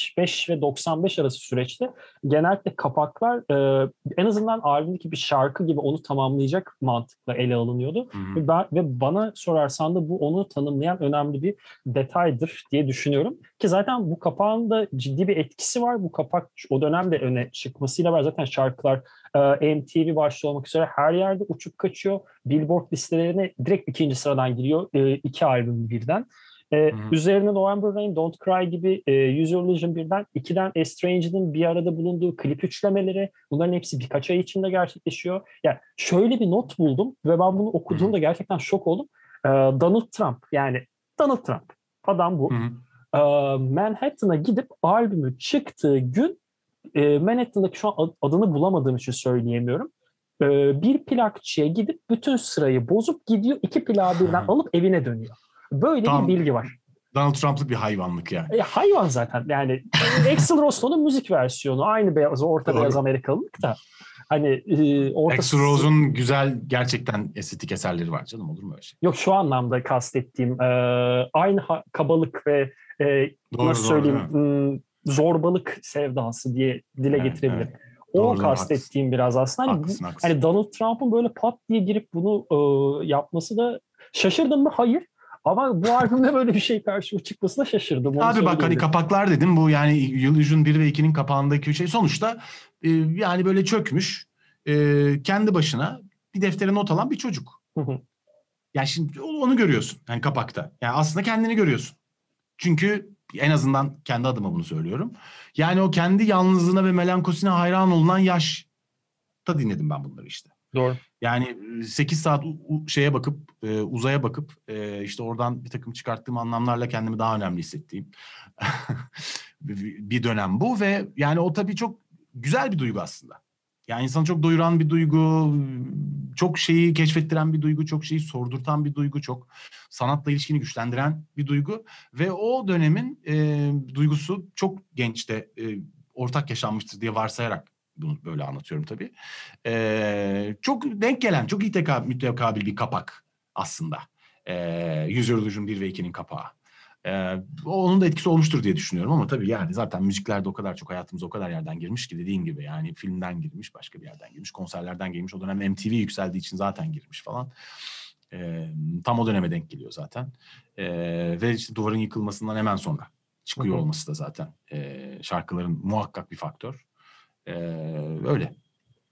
75 ve 95 arası süreçte genellikle kapaklar en azından albümdeki bir şarkı gibi onu tamamlayacak mantıkla ele alınıyordu. Ve bana sorarsan da bu onu tanımlayan önemli bir detaydır diye düşünüyorum. Ki zaten bu kapağın da ciddi bir etkisi var. Bu kapak o dönemde öne çıkmasıyla var. Zaten şarkılar MTV başta olmak üzere her yerde uçup kaçıyor. Billboard listelerine direkt ikinci sıradan giriyor. İki albüm birden. Üzerine November Rain, Don't Cry gibi, Use Your Illusion birden, ikiden Estranged'in bir arada bulunduğu klip üçlemeleri, bunların hepsi birkaç ay içinde gerçekleşiyor. Yani şöyle bir not buldum ve ben bunu okuduğumda gerçekten şok oldum. Donald Trump, yani Donald Trump, adam bu. Manhattan'a gidip albümü çıktığı gün, Manhattan'daki şu an adını bulamadığım için söyleyemiyorum. Bir plakçıya gidip bütün sırayı bozup gidiyor. İki plağı birden alıp evine dönüyor. Böyle bir Tam bilgi var. Donald Trump'lık bir hayvanlık yani. Hayvan zaten. Yani Axl Rose'un müzik versiyonu. Aynı beyaz, orta beyaz Doğru. Amerikalılık da. Hani Axl Rose'un güzel gerçekten estetik eserleri var canım, olur mu öyle şey? yok, şu anlamda kastettiğim aynı kabalık ve nasıl Doğru doğru değil söyleyeyim, mi? zorbalık sevdası diye dile Evet getirebilirim. evet. O Doğru doğru haklısın. kastettiğim biraz aslında. Hani, Haklısın haklısın. hani Donald Trump'ın böyle pat diye girip bunu yapması da, şaşırdım mı? Hayır. Ama bu albümde böyle bir şey karşıma çıkmasına şaşırdım. Onu Abi bak hani söyleyebilirim. kapaklar dedim, bu yani Illusion 1 ve 2'nin kapağındaki şey sonuçta yani böyle çökmüş, kendi başına bir deftere not alan bir çocuk. Yani şimdi onu görüyorsun yani kapakta. Yani aslında kendini görüyorsun. Çünkü en azından kendi adıma bunu söylüyorum. Yani o kendi yalnızlığına ve melankosine hayran olunan yaşta dinledim ben bunları işte. Doğru. Yani 8 saat şeye bakıp, uzaya bakıp, işte oradan bir takım çıkarttığım anlamlarla kendimi daha önemli hissettiğim bir dönem bu ve yani o tabii çok güzel bir duygu aslında. Yani insanı çok doyuran bir duygu, çok şeyi keşfettiren bir duygu, çok şeyi sordurtan bir duygu, çok sanatla ilişkini güçlendiren bir duygu ve o dönemin duygusu çok gençte ortak yaşanmıştır diye varsayarak bunu böyle anlatıyorum tabii. Çok denk gelen, çok iyi mütekabil bir kapak aslında. Use Your Illusion 1 ve 2'nin kapağı. Onun da etkisi olmuştur diye düşünüyorum ama tabii yani zaten müziklerde o kadar çok hayatımıza o kadar yerden girmiş ki, dediğin gibi yani filmden girmiş, başka bir yerden girmiş, konserlerden girmiş. O dönem MTV yükseldiği için zaten girmiş falan. Tam o döneme denk geliyor zaten. Ve işte duvarın yıkılmasından hemen sonra çıkıyor olması da zaten şarkıların muhakkak bir faktör. Öyle.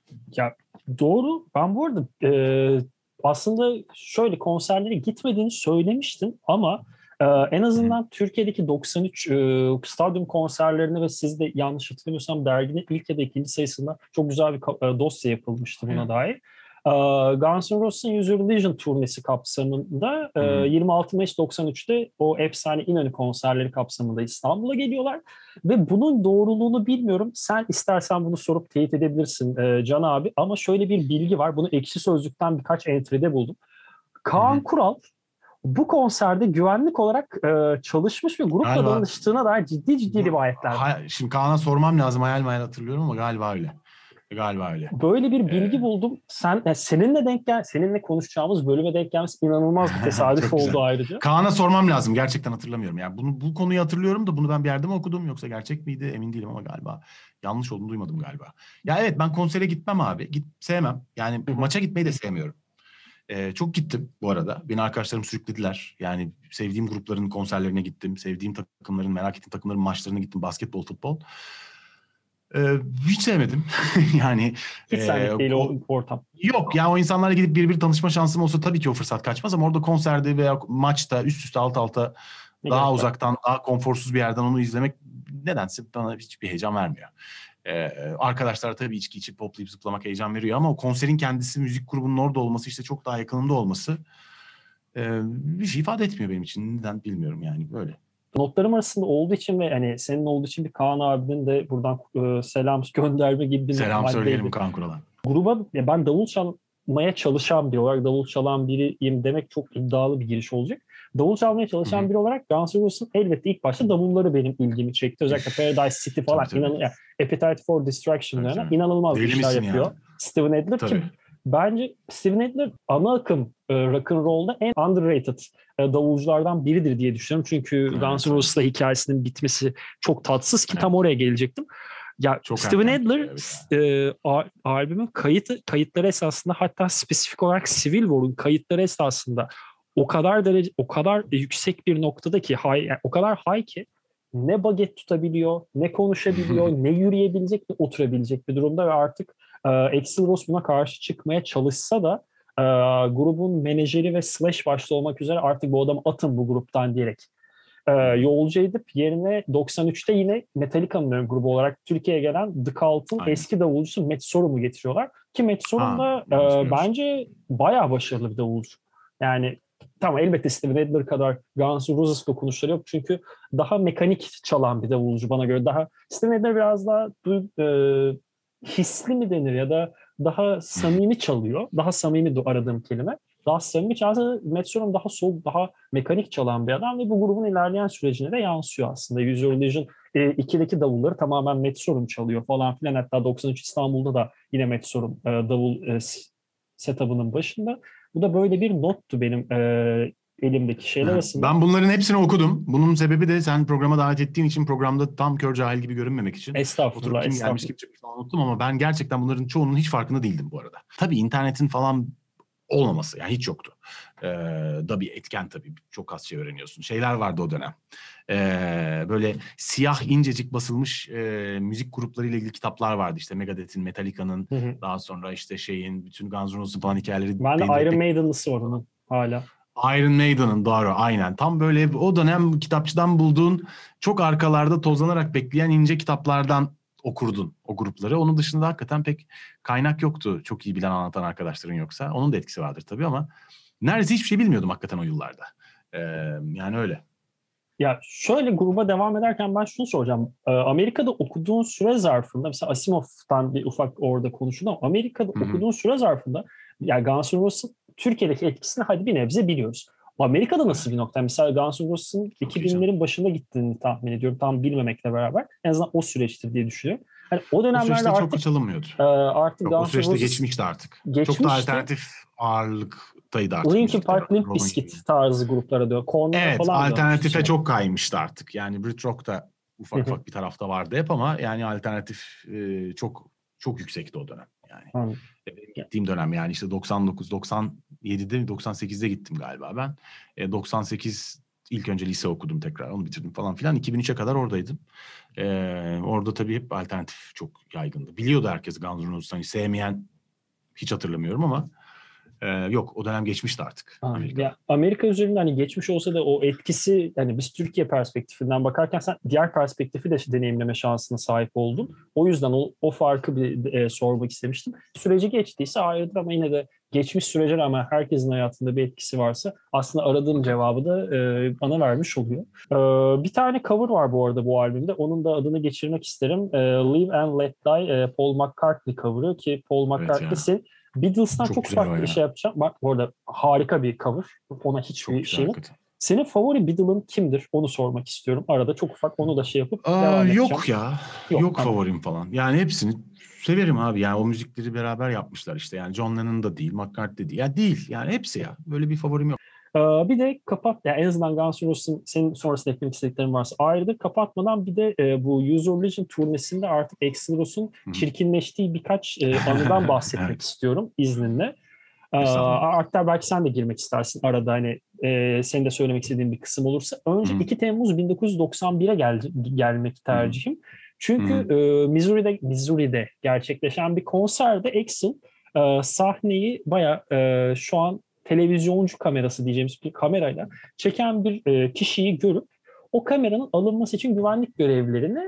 Ya doğru. Ben bu arada aslında şöyle konserlere gitmediğini söylemiştin ama en Hı hı. azından Türkiye'deki 93 stadyum konserlerini ve siz de yanlış hatırlamıyorsam derginin ilk ya da ikinci sayısında çok güzel bir dosya yapılmıştı buna Evet. dair. E, Guns N' Roses'ın Use Your Illusion turnesi kapsamında Hı hı. 26 Mayıs 93'te o efsane İnönü konserleri kapsamında İstanbul'a geliyorlar. Ve bunun doğruluğunu bilmiyorum. Sen istersen bunu sorup teyit edebilirsin Can abi. Ama şöyle bir bilgi var. Bunu Ekşi Sözlük'ten birkaç entry'de buldum. Hı Kaan hı. Kural bu konserde güvenlik olarak çalışmış ve grupla Galiba danıştığına dair ciddi ciddi rivayetler var. şimdi Kaan'a sormam lazım. Hayal meyal hatırlıyorum ama galiba öyle. Galiba öyle. Böyle bir Ee, bilgi buldum. Seninle konuşacağımız bölüme denk gelmesi inanılmaz bir tesadüf Çok güzel. oldu ayrıca. Kaan'a sormam lazım. Gerçekten hatırlamıyorum. Yani bu konuyu hatırlıyorum da bunu ben bir yerde mi okudum yoksa gerçek miydi emin değilim ama galiba yanlış olduğunu duymadım galiba. Ya evet, ben konsere gitmem abi. Sevmem. Yani Hı hı. maça gitmeyi de sevmiyorum. Çok gittim bu arada. Beni arkadaşlarım sürüklediler. Yani sevdiğim grupların konserlerine gittim. Sevdiğim takımların, merak ettiğim takımların maçlarına gittim. Basketbol, futbol. Hiç sevmedim. Yani Hiç senlik değil o ortam. yok ya, o insanlarla gidip birebir tanışma şansım olsa tabii ki o fırsat kaçmaz ama orada konserde veya maçta üst üste alt alta Ne daha gerek var? uzaktan, daha konforsuz bir yerden onu izlemek nedense bana hiçbir heyecan vermiyor. Arkadaşlar tabii içki içip hoplayıp zıplamak heyecan veriyor ama o konserin kendisi, müzik grubunun orada olması, işte çok daha yakınında olması bir şey ifade etmiyor benim için. Neden bilmiyorum yani, böyle. Notlarım arasında olduğu için ve hani senin olduğu için bir Kaan abinin de buradan selam gönderme gibi bir Selam söyleyelim haddeydi. Kaan Kural'a. Gruba ben davul çalmaya çalışan biri olarak davul çalan biriyim demek çok iddialı bir giriş olacak. Davul çalmaya Hı çalışan hı. biri olarak Guns N' Roses'ın elbette ilk başta davulları benim ilgimi çekti. Özellikle Üf, Paradise City falan tabii tabii. yani Appetite for Destruction Tabii döneminde tabii. inanılmaz Deli işler misin ya? yapıyor. Steven Adler ki Tabii. bence Steven Adler ana akım rock and roll'da en underrated davulculardan biridir diye düşünüyorum. Çünkü Guns Evet N' evet. Roses'la hikayesinin bitmesi çok tatsız ki Evet. tam oraya gelecektim. Ya Çok Steven erken Adler bitiyor bir de. albümün kayıtları esasında hatta spesifik olarak Civil War'un kayıtları esasında o kadar yüksek bir noktada ki yani o kadar high ki ne baget tutabiliyor, ne konuşabiliyor, ne yürüyebilecek, ne oturabilecek bir durumda ve artık Axl Rose buna karşı çıkmaya çalışsa da e, grubun menajeri ve Slash başta olmak üzere artık bu adamı atın bu gruptan diyerek yolcu edip yerine 93'te yine Metallica'nın ön grubu olarak Türkiye'ye gelen The Cult'ın Aynen. eski davulcusu Matt Sorum'u getiriyorlar. Ki Matt Sorum Ha, da yanlış biliyorsun. bence bayağı başarılı bir davulcu. Yani tamam elbette Steven Adler kadar Guns N' Roses dokunuşları yok. Çünkü daha mekanik çalan bir davulcu bana göre. Daha Steven Adler biraz daha hisli mi denir ya da daha samimi çalıyor. Daha samimi aradığım kelime. Daha samimi çalsa Matt Sorum daha soğuk, daha mekanik çalan bir adam ve bu grubun ilerleyen sürecine de yansıyor aslında. Use Your Illusion 2'deki davulları tamamen Matt Sorum çalıyor falan filan. Hatta 93 İstanbul'da da yine Matt Sorum davul setup'ının başında. Bu da böyle bir nottu benim elimdeki şeyler arasında. Ben bunların hepsini okudum. Bunun sebebi de sen programa davet ettiğin için, programda tam kör cahil gibi görünmemek için oturup Estağfurullah, kim gelmiş estağfurullah. kim çıkmış falan unuttum ama ben gerçekten bunların çoğunun hiç farkında değildim bu arada. Tabii internetin falan olmaması, yani hiç yoktu. Da bir etken tabii. Çok az şey öğreniyorsun. Şeyler vardı o dönem. Böyle siyah incecik basılmış müzik gruplarıyla ilgili kitaplar vardı. İşte Megadeth'in, Metallica'nın, Hı hı. daha sonra işte şeyin, bütün Guns N' Roses'ın falan hikayeleri Ben de değindirip Iron tek Maiden'lısı var onun hala. Iron Maiden'ın, doğru, aynen. Tam böyle o dönem kitapçıdan bulduğun, çok arkalarda tozlanarak bekleyen ince kitaplardan okurdun o grupları. Onun dışında hakikaten pek kaynak yoktu, çok iyi bilen, anlatan arkadaşların yoksa. Onun da etkisi vardır tabii ama neredeyse hiçbir şey bilmiyordum hakikaten o yıllarda. Ee, Yani öyle. Ya şöyle gruba devam ederken ben şunu soracağım. Amerika'da okuduğun süre zarfında mesela Asimov'tan bir ufak orada konuşuldu ama Amerika'da Hı hı. okuduğun süre zarfında yani Guns N' Roses'ın Türkiye'deki etkisini hadi bir nebze biliyoruz. Amerika'da nasıl Evet. bir nokta? Mesela Guns N' Roses'ın Çok iyi canım. 2000'lerin başında gittiğini tahmin ediyorum. Tam bilmemekle beraber. En azından o süreçtir diye düşünüyorum. Hani o O dönemlerde süreçte çok artık çalınmıyordu. Yok, o Guns N' süreçte Roses geçmişti artık. Çok da geçmişti. alternatif ağırlıktaydı artık Linkin müzikte. Park, Limp Rock'n'roll'un Bizkit yerine. tarzı gruplara dön. Korn'a Evet, falan dönmüştü alternatife sonra. çok kaymıştı artık. Yani Brit Rock da Hı ufak hı. ufak bir tarafta vardı hep ama yani alternatif çok çok yüksekti o dönem. Yani Anladım. benim gittiğim dönem, yani işte 99, 97'de, 98'de gittim galiba ben. 98 ilk önce lise okudum tekrar. Onu bitirdim falan filan. 2003'e kadar oradaydım. Orada tabii hep alternatif çok yaygındı. Biliyordu herkes Guns N' Roses. Hani sevmeyen hiç hatırlamıyorum ama yok o dönem geçmişti artık Amerika'da. Ya Amerika üzerinde hani geçmiş olsa da o etkisi, yani biz Türkiye perspektifinden bakarken sen diğer perspektifi de deneyimleme şansına sahip oldun. O yüzden o farkı bir sormak istemiştim. Süreci geçtiyse ayrıdır ama yine de geçmiş sürece rağmen herkesin hayatında bir etkisi varsa aslında aradığım cevabı da bana vermiş oluyor. Bir tane cover var bu arada bu albümde. Onun da adını geçirmek isterim. Live and Let Die, Paul McCartney cover'ı ki Paul Evet McCartney Beatles'tan çok çok güzel o farklı bir ya. şey yapacağım. Bak bu arada harika bir cover. Ona Çok hiçbir güzel şeyim yok. hakikaten. Senin favori Beatles'ın kimdir? Onu sormak istiyorum. Arada çok ufak onu da şey yapıp devam edeceğim. Yok ya. Yok, Yok tamam. favorim falan. Yani hepsini severim abi. Yani o müzikleri beraber yapmışlar işte. Yani John Lennon da değil, McCartney de değil. Ya değil. Yani hepsi ya. Böyle bir favorim yok. Bir de yani en azından Guns N' Roses'ın senin sonrasında eklemek istediklerin varsa ayrıdır. Kapatmadan bir de bu Use Your Illusion turnesinde artık Axl Rose'un Hı-hı. çirkinleştiği birkaç anıdan bahsetmek Evet. istiyorum izninle. Estağfurullah. Hatta belki sen de girmek istersin arada hani senin de söylemek istediğin bir kısım olursa. Önce Hı-hı. 2 Temmuz 1991'e gelmek Hı-hı. tercihim. Çünkü Hı-hı. Missouri'de gerçekleşen bir konserde Axl sahneyi bayağı şu an televizyoncu kamerası diyeceğimiz bir kamerayla çeken bir kişiyi görüp o kameranın alınması için güvenlik görevlilerini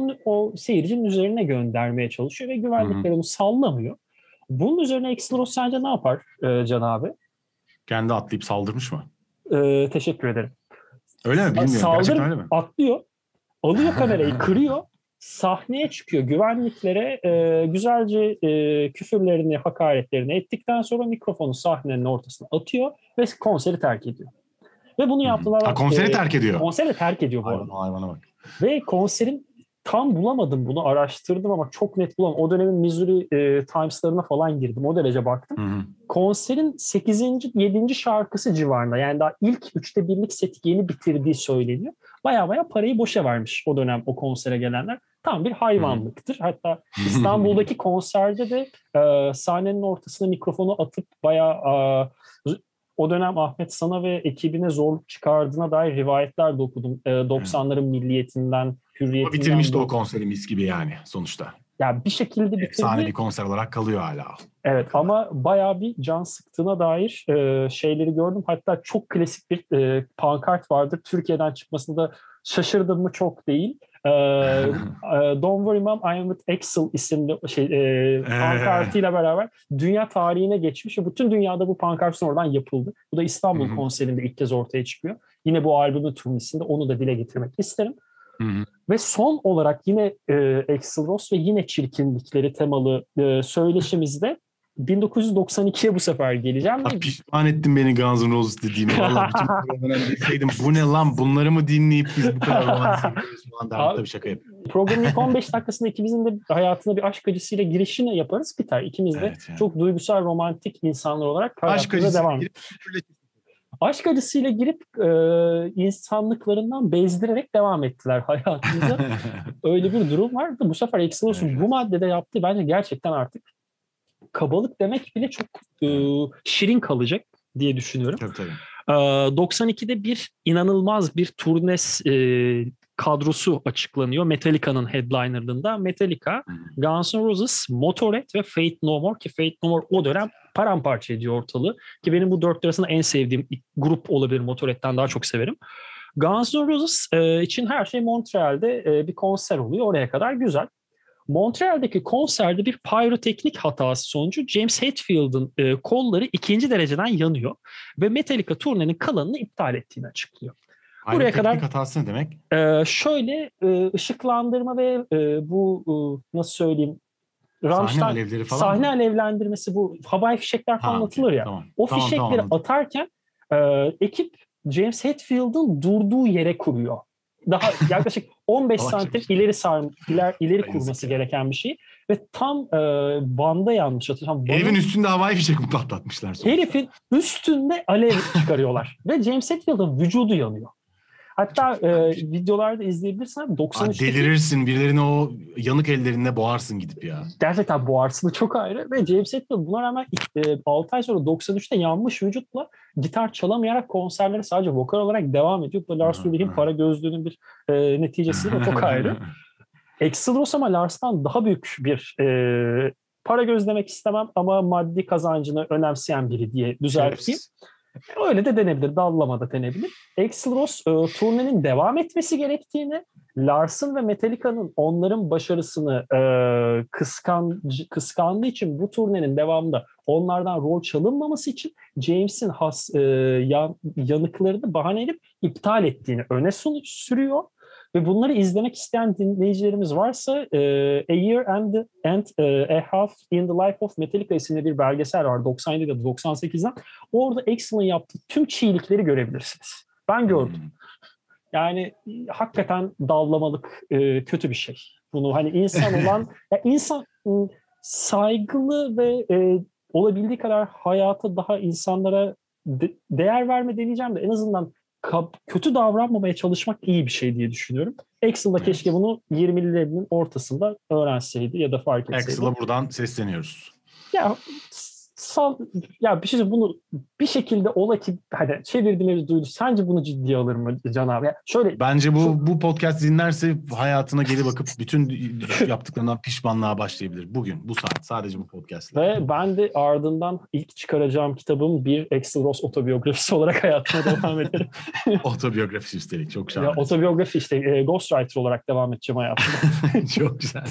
o seyircinin üzerine göndermeye çalışıyor ve Hı-hı. güvenlikler onu sallamıyor. Bunun üzerine Axl Rose sence ne yapar Can abi? Kendi atlayıp saldırmış mı? Teşekkür ederim. Öyle mi? Bilmiyorum. Gerçekten öyle mi? Atlıyor, alıyor kamerayı, kırıyor, sahneye çıkıyor. Güvenliklere güzelce küfürlerini, hakaretlerini ettikten sonra mikrofonu sahnenin ortasına atıyor ve konseri terk ediyor. Ve bunu Hı-hı. yaptılar. Konseri terk ediyor. Konseri terk ediyor bu arada. Hayvana bak. Ve konserin tam bulamadım bunu araştırdım ama çok net bulamadım. O dönemin Missouri Times'larına falan girdim. O derece baktım. Hı-hı. Konserin 8. 7. şarkısı civarında yani daha ilk 1/3'lik seti yeni bitirdiği söyleniyor. Baya baya parayı boşa vermiş o dönem o konsere gelenler. Tam bir hayvanlıktır. Hatta İstanbul'daki konserde de sahnenin ortasına mikrofonu atıp bayağı o dönem Ahmet Sana ve ekibine zorluk çıkardığına dair rivayetler de okudum. 90'ların milliyetinden, Ama hürriyetinden bitirmişti o de. konseri mis gibi yani sonuçta. Yani bir şekilde Efsane bir bitirdi. konser olarak kalıyor hala. Evet Akılda. ama bayağı bir can sıktığına dair şeyleri gördüm. Hatta çok klasik bir pankart vardır. Türkiye'den çıkmasında da şaşırdım mı çok değil. Don't Worry Mom, I Am With Axl isimli pankartıyla beraber dünya tarihine geçmiş ve bütün dünyada bu pankart sonradan yapıldı. Bu da İstanbul konserinde ilk kez ortaya çıkıyor. Yine bu albümün turnesinde onu da dile getirmek isterim. Ve son olarak yine Axl Rose ve yine çirkinlikleri temalı söyleşimizde 1992'ye bu sefer geleceğim. Pişman ettin beni Guns N' Roses dediğime. Valla bütün programdan deseydim bu ne lan bunları mı dinleyip biz bu kadar romantik ediyoruz falan derdim. Tabii şaka yapıyorum. Programın ilk 15 dakikasında ikimizin de hayatına bir aşk acısıyla girişini yaparız biter. İkimiz de Evet yani. çok duygusal romantik insanlar olarak Aşk hayatımıza acısıyla devam girip Aşk acısıyla girip insanlıklarından bezdirerek devam ettiler hayatımıza. Öyle bir durum var. Bu sefer Axl Rose'un evet. bu maddede yaptığı bence gerçekten artık kabalık demek bile çok şirin kalacak diye düşünüyorum. Tabii. 92'de bir inanılmaz bir turnes kadrosu açıklanıyor. Metallica'nın headlinerlığında. Metallica, Guns N' Roses, Motorhead ve Faith No More ki Faith No More o dönem paramparça ediyor ortalığı. Ki benim bu dört arasında en sevdiğim grup olabilir. Motorhead'den daha çok severim. Guns N' Roses için her şey Montreal'de bir konser oluyor. Oraya kadar güzel. Montreal'deki konserde bir pyroteknik hatası sonucu James Hetfield'ın kolları 2. dereceden yanıyor ve Metallica turnenin kalanını iptal ettiğini açıklıyor. Buraya kadar hatası ne demek? Şöyle ışıklandırma ve bu nasıl söyleyeyim Sahne Rammstein alevleri falan sahne mı? alevlendirmesi bu havai fişekler falan Okay. atılır ya. Tamam. O Tamam, fişekleri anladım. atarken ekip James Hetfield'ın durduğu yere kuruyor. Daha yaklaşık 15 santim ileri kurması gereken bir şey. Ve tam Van'da yanlış hatırlıyorum. Herifin üstünde havai fişek mi patlatmışlar sonuçta? Herifin üstünde alev çıkarıyorlar. Ve James Hetfield'ın vücudu yanıyor. Hatta videolarda izleyebilirsen 93'teki delirirsin birilerini o yanık ellerinle boğarsın gidip ya. gerçekten boğarsını çok ayrı ve James Hetfield buna rağmen 6 ay sonra 93'te yanmış vücutla gitar çalamayarak konserlere sadece vokal olarak devam ediyor. Bu da Lars Ulrich'in para gözlüğünün bir neticesi de çok ayrı. Axl Rose ama Lars'tan daha büyük bir para göz demek istemem ama maddi kazancını önemseyen biri diye düzelteyim. Öyle de denebilir, dallama da denebilir. Axl Rose turnenin devam etmesi gerektiğini, Lars'ın ve Metallica'nın onların başarısını kıskandığı için bu turnenin devamında onlardan rol çalınmaması için James'in yanıklarını bahane edip iptal ettiğini öne sürüyor. Ve bunları izlemek isteyen dinleyicilerimiz varsa A Year and a Half in the Life of Metallica isimli bir belgesel var 97 ya da 98'den. Orada Axl'ın yaptığı tüm çiğlikleri görebilirsiniz. Ben gördüm. Yani hakikaten dallamalık kötü bir şey. Bunu hani insan olan, ya insan saygılı ve olabildiği kadar hayata daha insanlara değer verme demeyeceğim de en azından kötü davranmamaya çalışmak iyi bir şey diye düşünüyorum. Axl da keşke bunu 20'lilerinin ortasında öğrenseydi ya da fark etseydi. Axl'a buradan sesleniyoruz. Ya ya bir şey bunu bir şekilde ola ki hani çevirdiğimiz duydu. Sence bunu ciddiye alır mı Can abi? Yani şöyle bence bu podcast dinlerse hayatına geri bakıp bütün yaptıklarından pişmanlığa başlayabilir. Bugün, bu saat, sadece bu podcast'la. Ve ben de ardından ilk çıkaracağım kitabım bir Axl Rose otobiyografisi olarak hayatıma devam ederim. Otobiyografisi üstelik, çok şahane. Ya, otobiyografi işte Ghostwriter olarak devam edeceğim hayatıma. Çok güzel.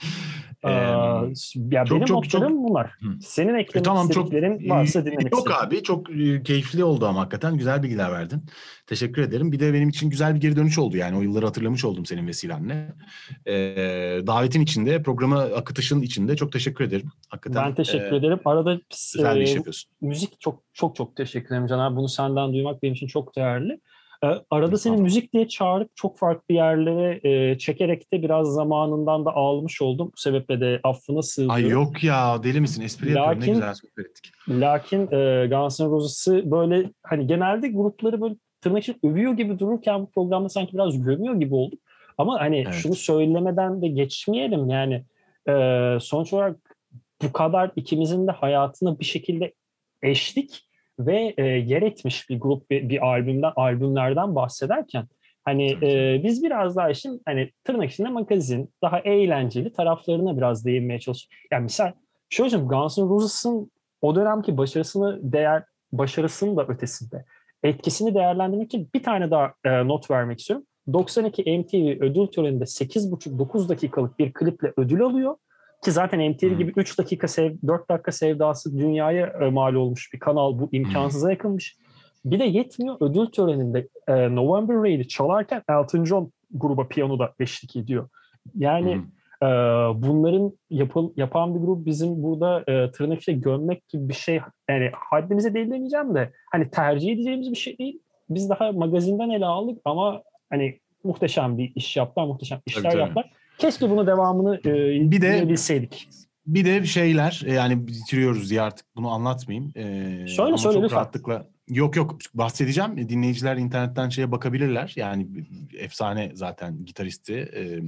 Ya benim notlarım bunlar. Senin eklemek istediklerin varsa dinlemek istedim. Yok abi, çok keyifli oldu ama hakikaten güzel bilgiler verdin. Teşekkür ederim. Bir de benim için güzel bir geri dönüş oldu yani. O yılları hatırlamış oldum senin vesilenle. Davetin içinde, programı akıtışın içinde çok teşekkür ederim. Hakikaten, ben teşekkür ederim. Arada güzel bir iş yapıyorsun. Müzik çok teşekkür ederim Can abi. Bunu senden duymak benim için çok değerli. Arada seni müzik diye çağırıp çok farklı yerlere çekerek de biraz zamanından da almış oldum. Bu sebeple de affına sığınıyorum. Ay yok ya, deli misin? Espri yapıyorum. Ne güzel sohbet ettik. Lakin Guns N' Roses'ı böyle hani genelde grupları böyle tırnak için övüyor gibi dururken bu programda sanki biraz gömüyor gibi olduk. Ama hani şunu söylemeden de geçmeyelim yani sonuç olarak bu kadar ikimizin de hayatına bir şekilde eşlik ve yer etmiş bir grup ve bir albümlerden bahsederken hani biz biraz daha işin hani tırnak içinde magazin, daha eğlenceli taraflarına biraz değinmeye çalışıyoruz. Yani misal şöyle söyleyeyim, Guns N' Roses'ın o dönemki başarısının da ötesinde etkisini değerlendirmek için bir tane daha not vermek istiyorum. 92 MTV ödül töreninde 8,5-9 dakikalık bir kliple ödül alıyor. Ki zaten MTV gibi 3 dakika 4 dakika sevdası dünyaya mal olmuş bir kanal, bu imkansıza yakınmış. Bir de yetmiyor, ödül töreninde November Rain'i çalarken Elton John gruba piyanoda eşlik ediyor. Yani bunların yapan bir grup bizim burada tırnak içinde gömmek gibi bir şey, yani haddimize değil demeyeceğim de hani tercih edeceğimiz bir şey değil. Biz daha magazinden ele aldık ama hani muhteşem bir iş yaptılar, muhteşem işler yaptılar. Keşke bunun devamını bilseydik. Bir de şeyler yani bitiriyoruz diye artık bunu anlatmayayım. Söyle çok lütfen. rahatlıkla yok bahsedeceğim. Dinleyiciler internetten şeye bakabilirler. Yani efsane zaten gitaristi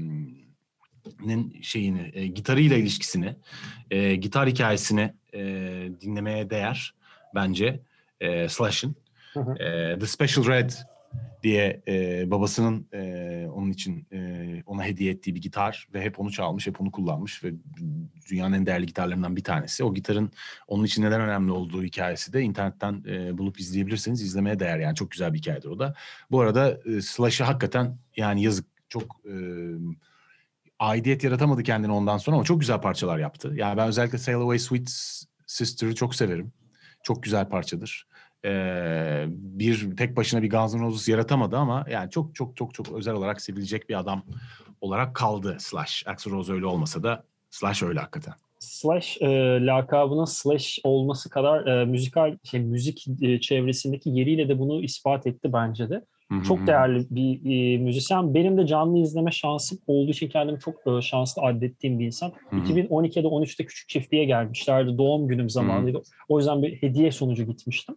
gitarıyla ilişkisini, gitar hikayesini dinlemeye değer bence Slash'ın. The Special Red diye babasının onun için ona hediye ettiği bir gitar ve hep onu çalmış, hep onu kullanmış ve dünyanın en değerli gitarlarından bir tanesi. O gitarın onun için neden önemli olduğu hikayesi de internetten bulup izleyebilirsiniz. İzlemeye değer yani, çok güzel bir hikayedir o da. Bu arada Slash'ı hakikaten yani yazık, çok aidiyet yaratamadı kendine ondan sonra ama çok güzel parçalar yaptı. Yani ben özellikle Sail Away Sweet Sister'ı çok severim. Çok güzel parçadır. Bir tek başına bir Guns N' Roses yaratamadı ama yani çok özel olarak sevilecek bir adam olarak kaldı Slash. Axl Rose öyle olmasa da Slash öyle hakikaten. Slash lakabının Slash olması kadar müzik çevresindeki yeriyle de bunu ispat etti bence de. Çok değerli bir müzisyen. Benim de canlı izleme şansım olduğu için kendimi çok şanslı addettiğim bir insan. 2012'de 13'te Küçük Çiftliğe gelmişlerdi. Doğum günüm zamanıydı. O yüzden bir hediye sonucu gitmiştim.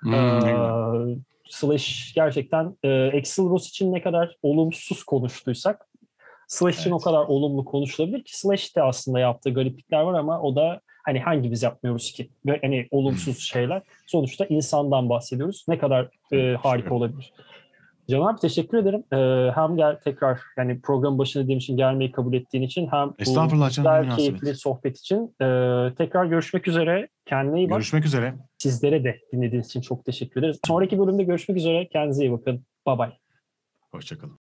Slash gerçekten Axl Rose için ne kadar olumsuz konuştuysak Slash için o kadar olumlu konuşulabilir ki Slash de aslında yaptığı gariplikler var ama o da Hani hangimiz yapmıyoruz ki? Ve hani olumsuz şeyler. Sonuçta insandan bahsediyoruz. Ne kadar harika olabilir. Can abi teşekkür ederim. Hem gel tekrar yani program başına dediğim için gelmeyi kabul ettiğin için hem bu Estağfurullah canım, ne güzel, keyifli münasebet. sohbet için. Tekrar görüşmek üzere. Kendine iyi bak. Görüşmek üzere. Sizlere de dinlediğiniz için çok teşekkür ederiz. Sonraki bölümde görüşmek üzere. Kendinize iyi bakın. Bye bye. Hoşça kalın.